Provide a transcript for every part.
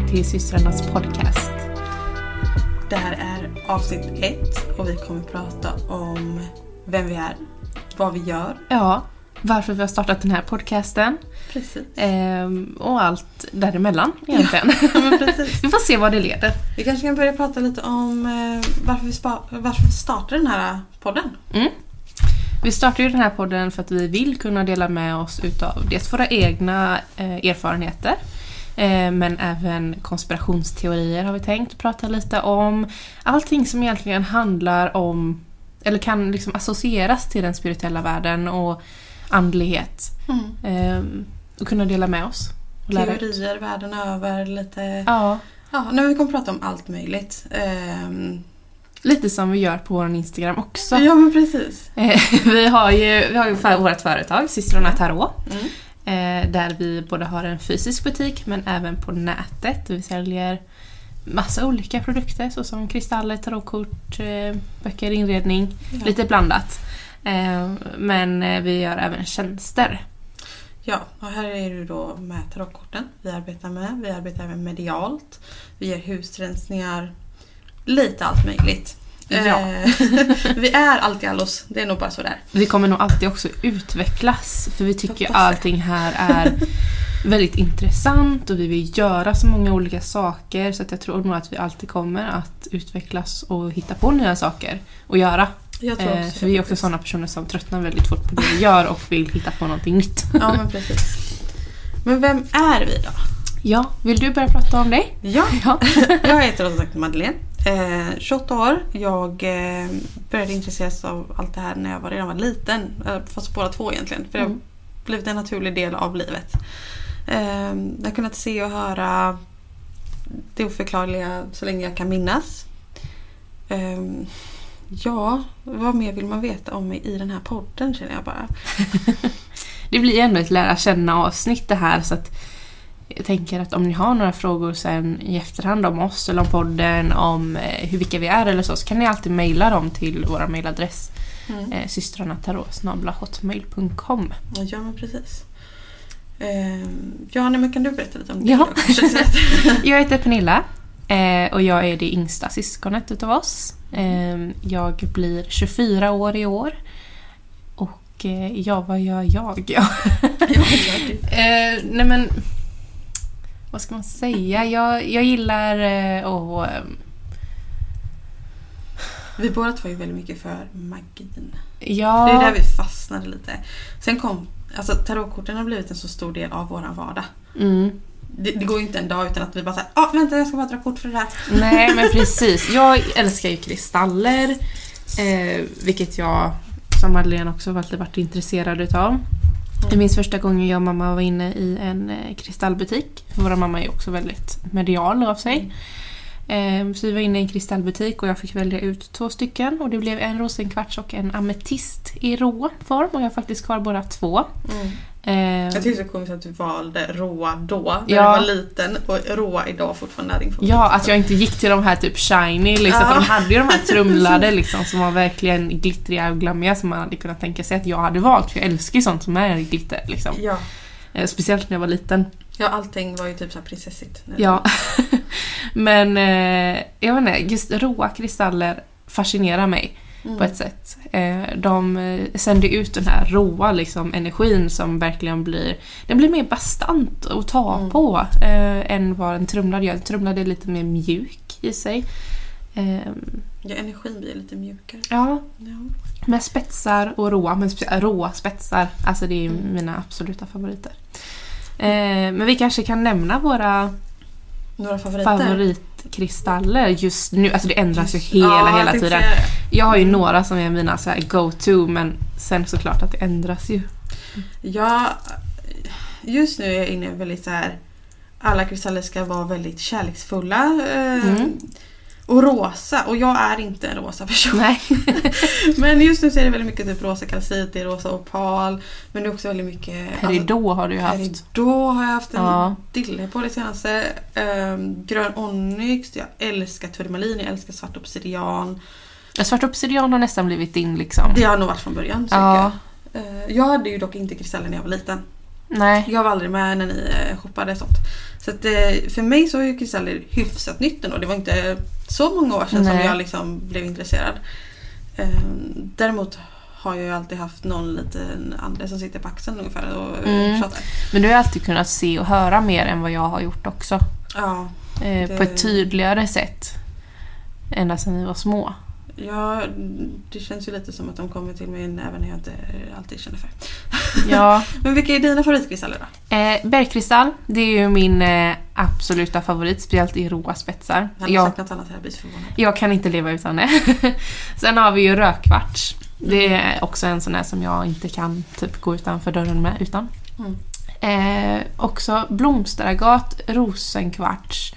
välkommen till Systrarnas podcast. Det här är avsnitt 1 och vi kommer prata om vem vi är, vad vi gör. Ja, varför vi har startat den här podcasten. Precis. Och allt däremellan egentligen. Ja, men precis. Vi får se vad det leder. Vi kanske kan börja prata lite om varför vi startar den här podden. Vi startar ju den här podden för att vi vill kunna dela med oss utav dels våra egna erfarenheter. Men även konspirationsteorier har vi tänkt prata lite om. Allting som egentligen handlar om, eller kan liksom associeras till den spirituella världen och andlighet. Och kunna dela med oss. Och teorier världen över, lite... Ja. Ja, nu vi kommer prata om allt möjligt. Lite som vi gör på vår Instagram också. Ja, men precis. Vi har ju vårt företag, Systrarna Tarot. Där vi både har en fysisk butik men även på nätet. Vi säljer massa olika produkter såsom kristaller, tarotkort, böcker, inredning. Ja. Lite blandat. Men vi gör även tjänster. Ja, och här är det då med tarotkorten vi arbetar även medialt. Vi gör husrensningar, lite allt möjligt. Ja. Vi är alltid allos, det är nog bara så där. Vi kommer nog alltid också utvecklas, för vi tycker allting här är väldigt intressant och vi vill göra så många olika saker, så att jag tror nog att vi alltid kommer att utvecklas och hitta på nya saker att göra. Jag tror också, för vi är också sådana personer som tröttnar väldigt fort på det vi gör och vill hitta på någonting nytt. Ja, men precis. Men vem är vi då? Ja, vill du börja prata om dig? Ja. Jag heter som sagt Madeleine. 28 år. Jag började intresseras av allt det här när jag redan var liten. Fast båda två egentligen. För det har blivit en naturlig del av livet. Jag har kunnat se och höra det oförklarliga så länge jag kan minnas. Ja, vad mer vill man veta om mig i den här podden, känner jag bara. Det blir ändå ett lära känna avsnitt det här, så att jag tänker att om ni har några frågor sen i efterhand om oss eller om podden, om vilka vi är eller så kan ni alltid mejla dem till vår mejladress systrarnatarot@hotmail.com. Ja, men precis. Ja, men kan du berätta lite om det? Ja. Jag heter Pernilla och jag är det yngsta syskonet utav oss. Jag blir 24 år i år. Och vad gör jag? Ja. Nej men, vad ska man säga? Jag gillar att... Vi båda två är väldigt mycket för magin. Ja. Det är där vi fastnade lite. Sen tarotkorten har blivit en så stor del av våran vardag. Det går ju inte en dag utan att vi bara säger vänta, jag ska bara dra kort för det här. Nej, men precis. Jag älskar ju kristaller. Vilket jag som Madeleine också varit intresserad utav. Jag minns första gången jag och mamma var inne i en kristallbutik. Våra mamma är också väldigt medial av sig. Så vi var inne i en kristallbutik och jag fick välja ut 2 stycken. Och det blev en rosenkvarts och en ametist i rå form. Och jag har faktiskt kvar bara 2. Jag tycker det är så komiskt att du valde råa då när du var liten och råa idag fortfarande är din favorit. Ja, att jag inte gick till de här typ shiny liksom, för de hade ju de här trumlade liksom, som var verkligen glittriga och glammiga, som man hade kunnat tänka sig att jag hade valt, för jag älskar ju sånt som är glitter liksom. Ja. Speciellt när jag var liten. Ja, allting var ju typ så här prinsessigt. Ja. Men jag vet inte, just råa kristaller fascinerar mig på ett sätt. De sänder ut den här råa liksom, energin som verkligen blir mer bastant att ta på än vad en trumlad gör. En trumlad är lite mer mjuk i sig. Ja, energin blir lite mjukare. Ja. Med spetsar och råa spetsar. Alltså det är mina absoluta favoriter. Men vi kanske kan nämna några favoritkristaller just nu. Alltså det ändras ju hela tiden. Jag har ju några som är mina så här go-to, men sen såklart att det ändras ju. Ja, just nu är jag inne väldigt så här, alla kristaller ska vara väldigt kärleksfulla och rosa, och jag är inte en rosa person. Nej. Men just nu så är det väldigt mycket typ rosa kalcit, det är rosa opal, men det är också väldigt mycket peridot har du haft. Peridot har jag haft en dille på det senaste. Grön onyx, jag älskar turmalin, jag älskar svart obsidian. Svart obsidian har nästan blivit in liksom. Det har nog varit från början. Jag hade ju dock inte kristaller när jag var liten. Nej. Jag var aldrig med när ni shoppade sånt. Så att, för mig så är ju kristaller hyfsat nytt ändå. Det var inte så många år sedan som jag liksom blev intresserad. Däremot har jag ju alltid haft någon liten ande som sitter på axeln ungefär och tjatar. Men du har alltid kunnat se och höra mer än vad jag har gjort också. Ja. På ett tydligare sätt. Ända sedan vi var små. Ja, det känns ju lite som att de kommer till mig även när jag inte alltid känner för. Ja. Men vilka är dina favoritkristaller då? Bergkristall, det är ju min absoluta favorit, speciellt i råa spetsar. Jag har sagt något annat här, jag blir förvånad. Jag kan inte leva utan det. Sen har vi ju rökkvarts. Det är också en sån här som jag inte kan typ gå utanför dörren med utan. Också blomsteragat, rosenkvarts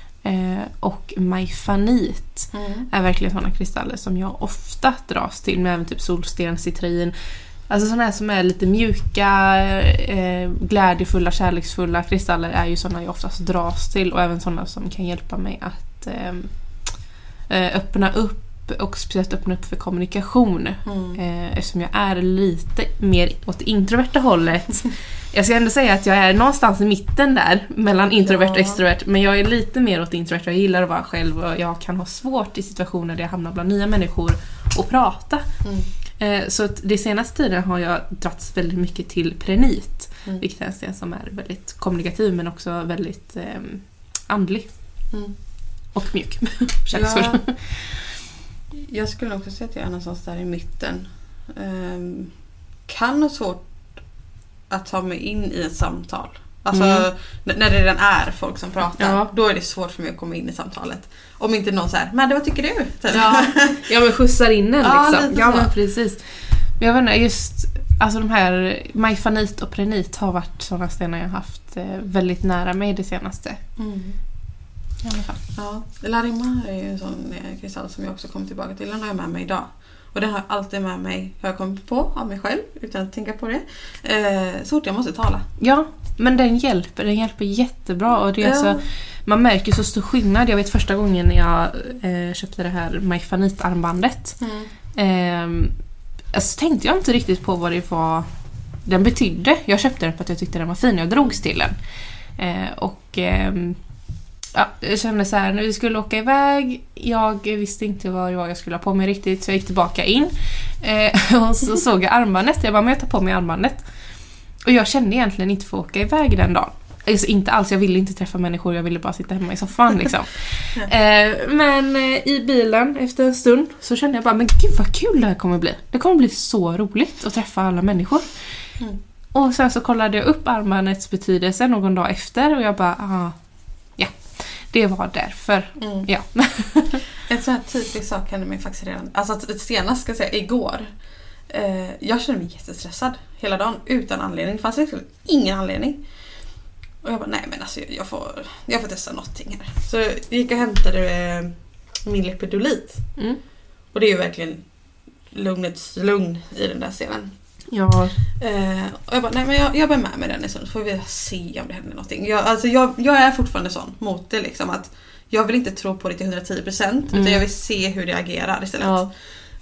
och majfanit är verkligen sådana kristaller som jag ofta dras till, med även typ solsten, citrin. Alltså sådana här som är lite mjuka, glädjefulla, kärleksfulla kristaller är ju sådana jag oftast dras till, och även sådana som kan hjälpa mig att öppna upp, och speciellt öppna upp för kommunikation. Eftersom jag är lite mer åt det introverta hållet. Jag ska ändå säga att jag är någonstans i mitten där mellan introvert och extrovert, men jag är lite mer åt introvert. Jag gillar att vara själv och jag kan ha svårt i situationer där jag hamnar bland nya människor och prata. Så att det senaste tiden har jag dragits väldigt mycket till prenit, vilket är en sten som är väldigt kommunikativ men också väldigt andlig och mjuk. Kärleksfull. Jag skulle också säga att jag är någonstans där i mitten. Kan ha svårt att ta mig in i ett samtal. Alltså när det redan är folk som pratar, då är det svårt för mig att komma in i samtalet. Om inte någon säger, men vad tycker du? Typ. Ja, men skjutsar in en liksom. Ja, men precis. Jag vet inte, just alltså de här majfanit och prenit har varit sådana stenar jag har haft väldigt nära mig det senaste. I alla fall. Ja, Larimar är ju en sån kristall som jag också kommer tillbaka till. Den har jag med mig idag. Och den har jag alltid med mig, har jag kommit på av mig själv utan att tänka på det. Så fort jag måste tala. Ja, men den hjälper jättebra. Och det är alltså, man märker så stor skillnad. Jag vet första gången jag köpte det här majfanit-armbandet. Så tänkte jag inte riktigt på vad det var den betydde. Jag köpte den för att jag tyckte den var fin. Jag drogs till den. Jag kände så här, när vi skulle åka iväg, jag visste inte vad jag skulle ha på mig riktigt, så jag gick tillbaka in och så såg jag armbandet. Jag bara, men jag tar på mig armbandet. Och jag kände egentligen inte för att åka iväg den dagen. Alltså, inte alls, jag ville inte träffa människor, jag ville bara sitta hemma i soffan liksom. Men i bilen efter en stund så kände jag bara, men gud vad kul det här kommer bli. Det kommer bli så roligt att träffa alla människor. Och sen så kollade jag upp armbandets betydelse någon dag efter och jag bara, det var därför. Ja. En sån här typisk sak hände mig faktiskt redan. Alltså senast ska jag säga, igår. Jag kände mig jättestressad hela dagen utan anledning. Det fanns liksom ingen anledning. Och jag bara, nej men alltså jag får testa någonting här. Så jag gick och hämtade min Lipidolit. Och det är ju verkligen lugnets lugn i den där scenen. Ja. Och jag bara, nej men jag bär med mig den i stund, så får vi se om det händer någonting. Jag är fortfarande sån mot det liksom, att jag vill inte tro på det till 110%, utan jag vill se hur det agerar istället.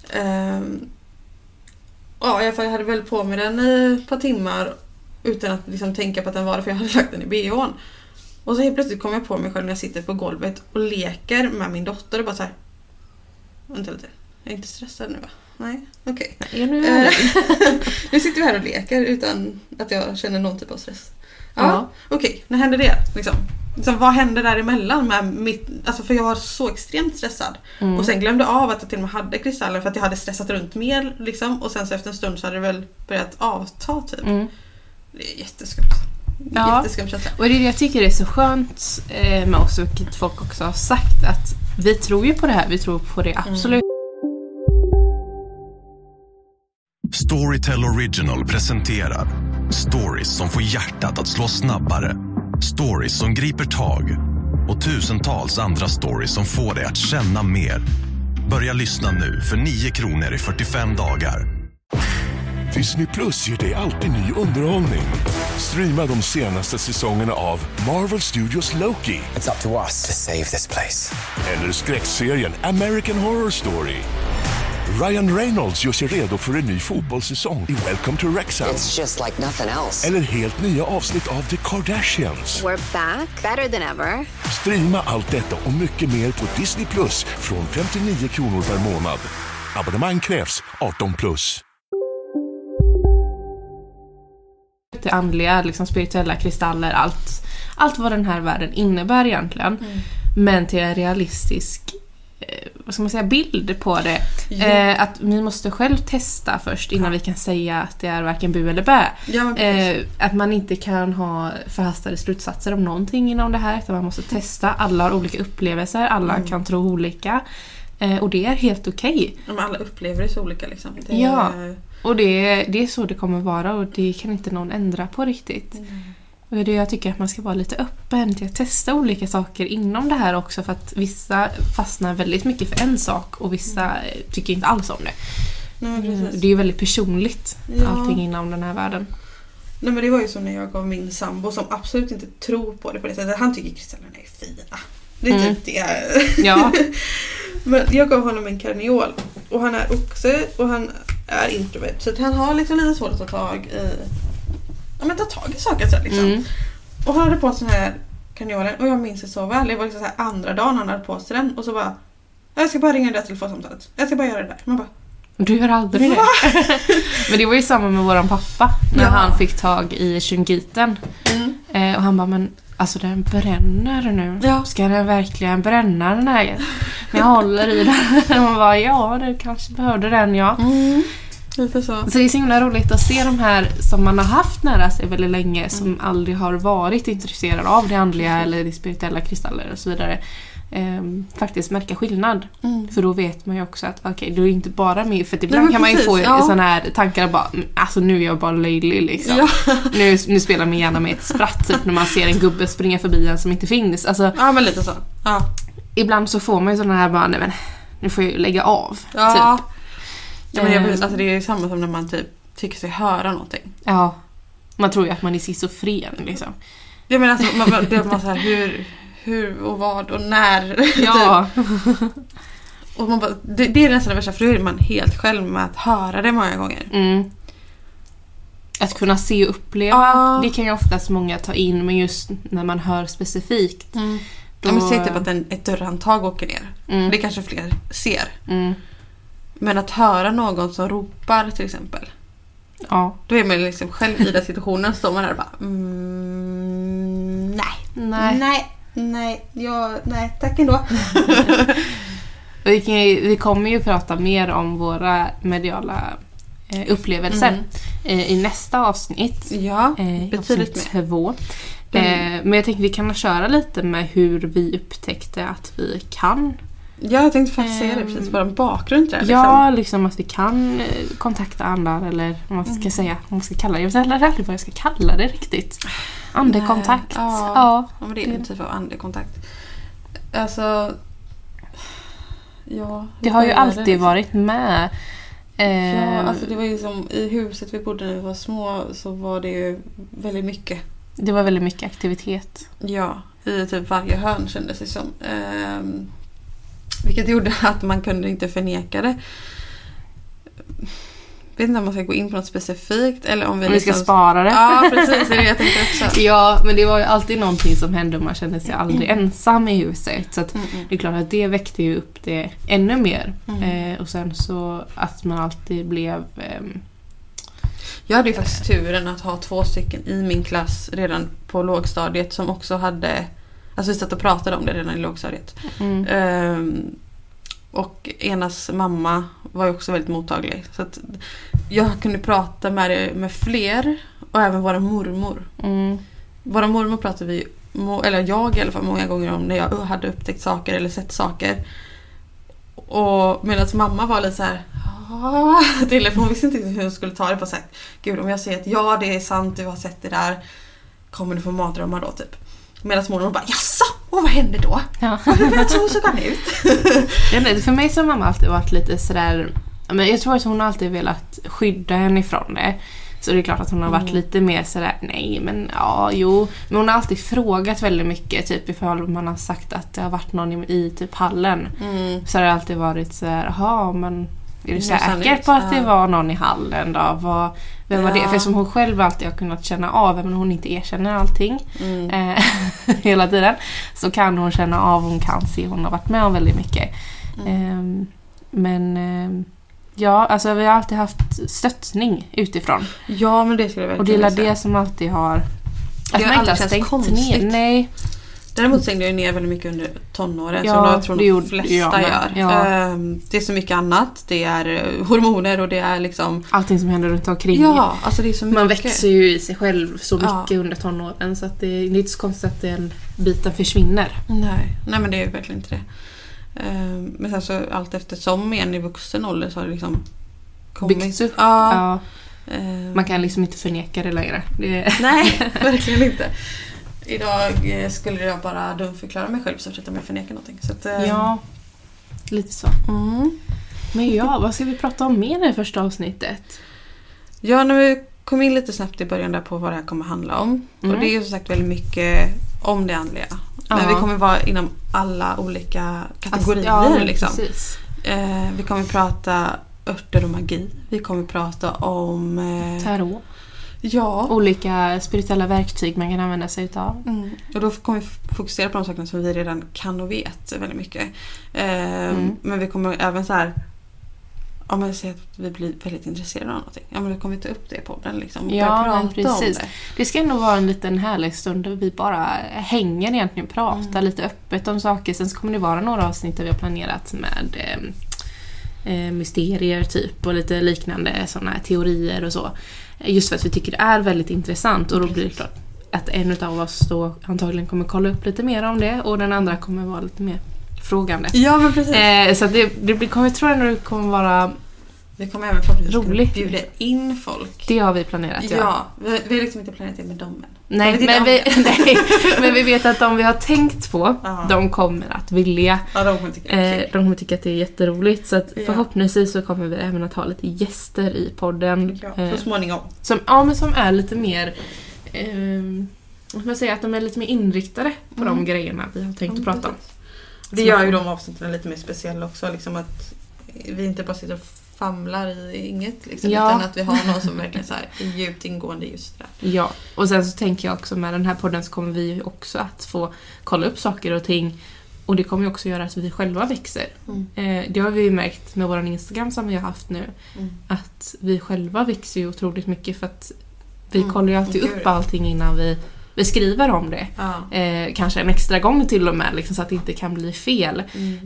Jag hade väl på mig den i ett par timmar utan att liksom tänka på att den var det, för jag hade lagt den i BH:n. Och så helt plötsligt kom jag på mig själv när jag sitter på golvet och leker med min dotter och bara så här, vänta lite, jag är inte stressad nu va? Nej, okej. Nu sitter vi här och leker utan att jag känner någon typ av stress. Okej, när hände det? Liksom, vad hände däremellan med mitt... Alltså för jag var så extremt stressad. Och sen glömde av att jag till och med hade kristaller för att jag hade stressat runt mer. Liksom, och sen så efter en stund så hade det väl börjat avta typ. Det är jätteskumt. Jätteskumt känsla. Och det jag tycker är så skönt med oss, vilket folk också har sagt, att vi tror ju på det här. Vi tror på det absolut. Storytel Original presenterar stories som får hjärtat att slå snabbare. Stories som griper tag. Och tusentals andra stories som får dig att känna mer. Börja lyssna nu för 9 kronor i 45 dagar. Disney Plus ger dig alltid ny underhållning. Streama de senaste säsongerna av Marvel Studios Loki. It's up to us to save this place. Eller skräckserien American Horror Story. Ryan Reynolds gör sig redo för en ny fotbollssäsong i Welcome to Wrexham. It's just like nothing else. Eller helt nya avsnitt av The Kardashians. We're back, better than ever. Streama allt detta och mycket mer på Disney Plus från 59 kronor per månad. Abonnemang krävs 18 plus. Det andliga, liksom spirituella kristaller, allt vad den här världen innebär egentligen. Men till en realistisk vad ska man säga, bild på det. Att vi måste själv testa först innan vi kan säga att det är varken bu eller bä. Att man inte kan ha förhastade slutsatser om någonting inom det här, utan man måste testa. Alla har olika upplevelser, alla kan tro olika. Och det är helt okej. Men alla upplever det så olika liksom. Och det är så det kommer vara, och det kan inte någon ändra på riktigt. Och det jag tycker att man ska vara lite öppen till att testa olika saker inom det här också, för att vissa fastnar väldigt mycket för en sak och vissa tycker inte alls om det. Nej, precis. Det är ju väldigt personligt, allting inom den här världen. Nej, men det var ju som när jag gav min sambo, som absolut inte tror på det på det sättet. Han tycker kristallerna är fina. Det är typ det. Ja. Men jag gav honom en karneol, och han är oxe och han är introvert, så att han har liksom lite svårt att ta tag i saker så liksom. Och han hade på sig den här karneolen, och jag minns det så väl. Det var liksom så här andra dagen han hade på sig den, och så bara, jag ska bara ringa det där telefonsamtalet. Jag ska bara göra det där. Man bara, du gör aldrig det. Men det var ju samma med våran pappa när han fick tag i shungiten. Och han bara, men alltså den bränner nu. Ja. Ska den verkligen bränna den här? När jag håller i den. Man bara, ja, du kanske behövde den, ja. Lite så. Så det är så himla roligt att se de här som man har haft nära sig väldigt länge, som aldrig har varit intresserade av det andliga eller det spirituella kristaller och så vidare. Faktiskt märka skillnad. För då vet man ju också att okej, det är inte bara med, för ibland kan man ju få såna här tankar bara, alltså nu är jag bara löjlig liksom. Nu spelar man gärna med ett spratt typ när man ser en gubbe springa förbi en som inte finns. Alltså, ja, men lite så. Ja. Ibland så får man ju såna här bara, nej men nu får jag ju lägga av typ. Ja, men alltså det är ju samma som när man typ tycker sig höra någonting. Ja. Man tror ju att man är schizofren liksom. Jag menar alltså, man så här, hur och vad och när. Ja. Och man bara, det är nästan det värsta, för då är man helt själv med att höra det många gånger. Att kunna se och uppleva, det kan ju oftast många ta in, men just när man hör specifikt. Då... Man ser typ att ett dörrhandtag åker ner. Det kanske fler ser. Men att höra någon som ropar till exempel. Ja. Då är man liksom själv i den situationen, står man där och bara nej, tack ändå. Vi kommer ju prata mer om våra mediala upplevelser i nästa avsnitt. Ja, betydligt mer. 2. Men jag tänkte vi kan köra lite med hur vi upptäckte att vi kan. Ja, jag tänkte faktiskt säga det precis, bara en bakgrund där. Ja, liksom att vi kan kontakta andra, eller vad man ska säga, vad man ska kalla det. Jag vet inte vad jag ska kalla det riktigt. Andekontakt. Ja, men det är en typ av andekontakt. Alltså, ja. Det har ju alltid varit med. Ja, alltså det var ju som i huset vi bodde när vi var små, så var det ju väldigt mycket. Det var väldigt mycket aktivitet. Ja, i typ varje hörn kändes det som. Vilket gjorde att man kunde inte förneka det. Jag vet inte om man ska gå in på något specifikt, eller om vi ska spara det. Ja, precis, det är det jag tänkte också. Ja, men det var ju alltid någonting som hände och man kände sig aldrig ensam i huset. Så att det är klart att det väckte ju upp det ännu mer. Och sen så att man alltid blev... Jag hade ju faktiskt turen att ha 2 stycken i min klass redan på lågstadiet som också hade... Alltså vi satt och pratade om det redan i lågstadiet. Och enas mamma var ju också väldigt mottaglig. Så att jag kunde prata med fler. Och även våra mormor. Våra mormor pratade vi, eller jag i alla fall, många gånger om när jag hade upptäckt saker eller sett saker. Och medan mamma var lite så här... för hon visste inte hur hon skulle ta det på sagt. Gud, om jag säger att ja, det är sant, du har sett det där, kommer du få mardrömmar då typ. Medan mormor bara, jasså, vad hände då? Ja. Hur såg han ut? För mig så har mamma alltid varit lite sådär, men jag tror att hon alltid velat skydda henne ifrån det. Så det är klart att hon har varit lite mer sådär, nej men ja, jo. Men hon har alltid frågat väldigt mycket, typ ifall man har sagt att det har varit någon i typ hallen. Så har det alltid varit sådär, jaha, men är du säker på att det var någon i hallen då? Vem var det? För som hon själv alltid har kunnat känna av, även om hon inte erkänner allting hela tiden, så kan hon känna av, hon kan se, hon har varit med om väldigt mycket. Ja, alltså vi har alltid haft stöttning utifrån. Ja, men det skulle jag verkligen säga. Och det är det som alltid har... Det har aldrig känts konstigt. Nej. Däremot stängde jag ner väldigt mycket under tonåren, som jag tror de flesta gör. Ja. Det är så mycket annat. Det är hormoner och det är liksom... allting som händer runt omkring. Ja, alltså det är så mycket. Man växer ju i sig själv så mycket under tonåren, så att det är inte så konstigt att den biten försvinner. Nej, men det är verkligen inte det. Men sen så allt eftersom igen i vuxen ålder så har det liksom kommit. Byggts upp. Ja. Man kan liksom inte förneka det längre. Nej, verkligen inte. Idag skulle jag bara dumförklara mig själv så att jag förnekar någonting. Så att, ja, lite så. Men vad ska vi prata om mer i det första avsnittet? Ja, när vi kom in lite snabbt i början där på vad det här kommer handla om. Och det är ju som sagt väldigt mycket om det andliga. Men vi kommer vara inom alla olika kategorier liksom. Precis. Vi kommer prata örter och magi. Vi kommer prata om tarot. Ja. Olika spirituella verktyg man kan använda sig utav. Och då kommer vi fokusera på de sakerna som vi redan kan och vet väldigt mycket. Men vi kommer även så här, om man säger att vi blir väldigt intresserade av någonting, ja, men då kommer vi ta upp det på den liksom. Ja, precis. Det ska nog vara en liten härlig stund där vi bara hänger egentligen, pratar lite öppet om saker. Sen så kommer det vara några avsnitt där vi har planerat med mysterier typ och lite liknande sådana här teorier och så. Just för att vi tycker det är väldigt intressant, och då blir det klart att en av oss då antagligen kommer kolla upp lite mer om det, och den andra kommer vara lite mer frågande. Ja, men precis. Så att jag tror att det kommer vara vi kommer även förhoppningsvis bjuda in folk. Det har vi planerat, ja. Vi har liksom inte planerat det med dem än. Nej, men vi vet att de vi har tänkt på, de kommer att vilja. Ja, de kommer tycka att det är jätteroligt. Så att förhoppningsvis så kommer vi även att ha lite gäster i podden. Ja, så småningom. Som är lite mer... man säger att de är lite mer inriktade på de grejerna vi har tänkt att prata om. Det gör ju de avsnitten lite mer speciella också. Liksom att vi inte bara sitter och famlar i inget liksom, utan att vi har någon som verkligen så här är djupt ingående just där. Ja, och sen så tänker jag också med den här podden så kommer vi också att få kolla upp saker och ting, och det kommer ju också göra att vi själva växer. Det har vi ju märkt med vår Instagram som vi har haft nu, att vi själva växer ju otroligt mycket, för att vi kollar ju alltid upp allting innan vi skriver om det. Kanske en extra gång till och med liksom, så att det inte kan bli fel.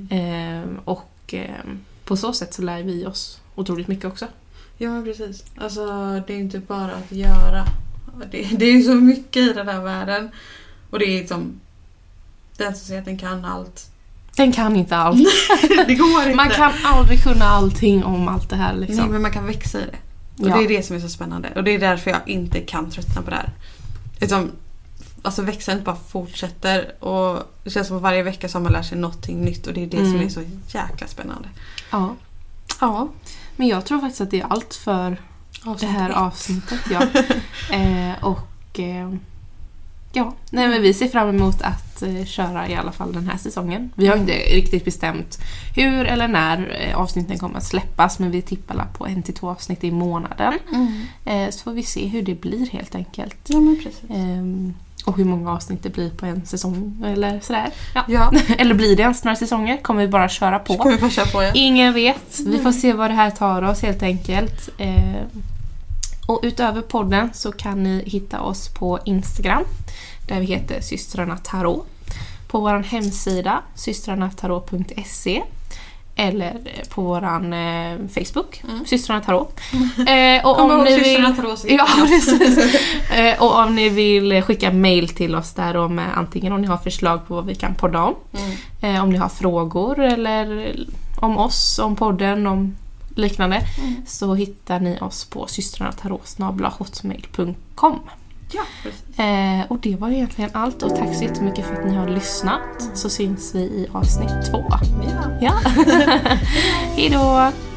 På så sätt så lär vi oss otroligt mycket också. Ja, men precis. Alltså, det är inte bara att göra. Det är ju så mycket i den här världen. Och det är liksom... Den som säger att den kan allt. Den kan inte allt. Det går inte. Man kan aldrig kunna allting om allt det här. Liksom. Nej, men man kan växa i det. Och det är det som är så spännande. Och det är därför jag inte kan tröttna på det här. Alltså växandet bara fortsätter, och det känns som att varje vecka så man lär sig någonting nytt, och det är det som är så jäkla spännande. Ja. Men jag tror faktiskt att det är allt för det här avsnittet. Men vi ser fram emot att köra i alla fall den här säsongen. Vi har inte riktigt bestämt hur eller när avsnitten kommer att släppas, men vi tippar på 1 till 2 avsnitt i månaden. Så får vi se hur det blir helt enkelt. Ja, men precis. Och hur många avsnitt det blir på en säsong eller sådär. Ja. Eller blir det ens några säsonger? Kommer vi bara köra på? Ingen vet. Vi får se vad det här tar oss helt enkelt. Och utöver podden så kan ni hitta oss på Instagram, där vi heter Systrarna Tarot. På vår hemsida systrarnatarot.se, eller på våran Facebook, Systrarna Tarot. Och om ni vill, och om ni vill skicka mail till oss där om antingen om ni har förslag på vad vi kan podda om, om ni har frågor eller om oss, om podden, om liknande, så hittar ni oss på systrarnatarot@hotmail.com. Ja, och det var egentligen allt, och tack så jättemycket för att ni har lyssnat. Så syns vi i avsnitt 2. Ja. Hej då!